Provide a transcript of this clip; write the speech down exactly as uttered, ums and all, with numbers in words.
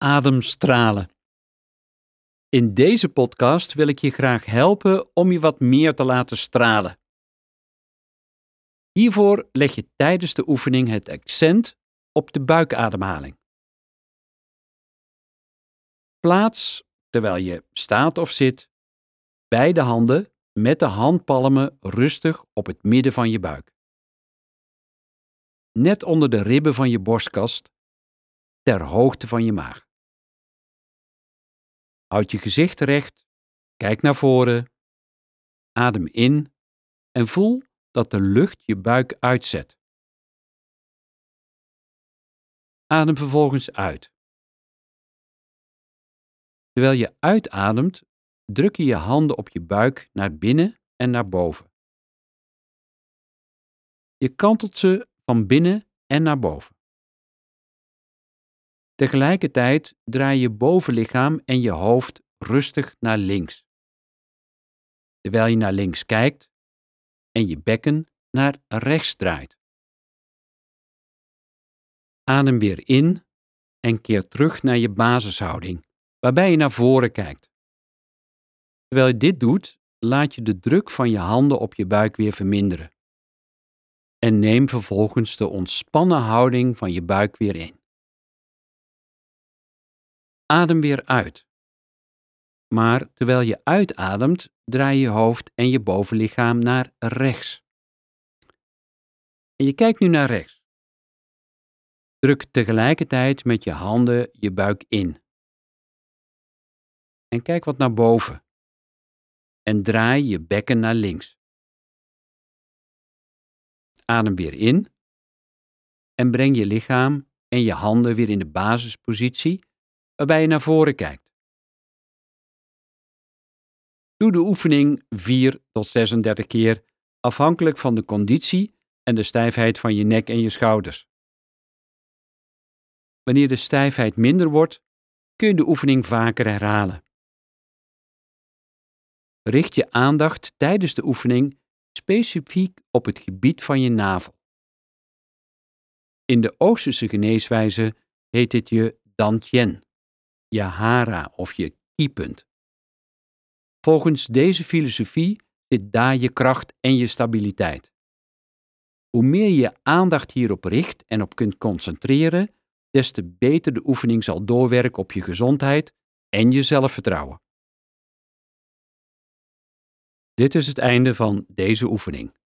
Ademstralen. In deze podcast wil ik je graag helpen om je wat meer te laten stralen. Hiervoor leg je tijdens de oefening het accent op de buikademhaling. Plaats, terwijl je staat of zit, beide handen met de handpalmen rustig op het midden van je buik. Net onder de ribben van je borstkast, ter hoogte van je maag. Houd je gezicht recht, kijk naar voren, adem in en voel dat de lucht je buik uitzet. Adem vervolgens uit. Terwijl je uitademt, druk je je handen op je buik naar binnen en naar boven. Je kantelt ze van binnen en naar boven. Tegelijkertijd draai je bovenlichaam en je hoofd rustig naar links. Terwijl je naar links kijkt en je bekken naar rechts draait. Adem weer in en keer terug naar je basishouding, waarbij je naar voren kijkt. Terwijl je dit doet, laat je de druk van je handen op je buik weer verminderen. En neem vervolgens de ontspannen houding van je buik weer in. Adem weer uit. Maar terwijl je uitademt, draai je hoofd en je bovenlichaam naar rechts. En je kijkt nu naar rechts. Druk tegelijkertijd met je handen je buik in. En kijk wat naar boven. En draai je bekken naar links. Adem weer in. En breng je lichaam en je handen weer in de basispositie, waarbij je naar voren kijkt. Doe de oefening vier tot zesendertig keer, afhankelijk van de conditie en de stijfheid van je nek en je schouders. Wanneer de stijfheid minder wordt, kun je de oefening vaker herhalen. Richt je aandacht tijdens de oefening specifiek op het gebied van je navel. In de Oosterse geneeswijze heet dit je dantian, je hara of je kiepunt. Volgens deze filosofie zit daar je kracht en je stabiliteit. Hoe meer je je aandacht hierop richt en op kunt concentreren, des te beter de oefening zal doorwerken op je gezondheid en je zelfvertrouwen. Dit is het einde van deze oefening.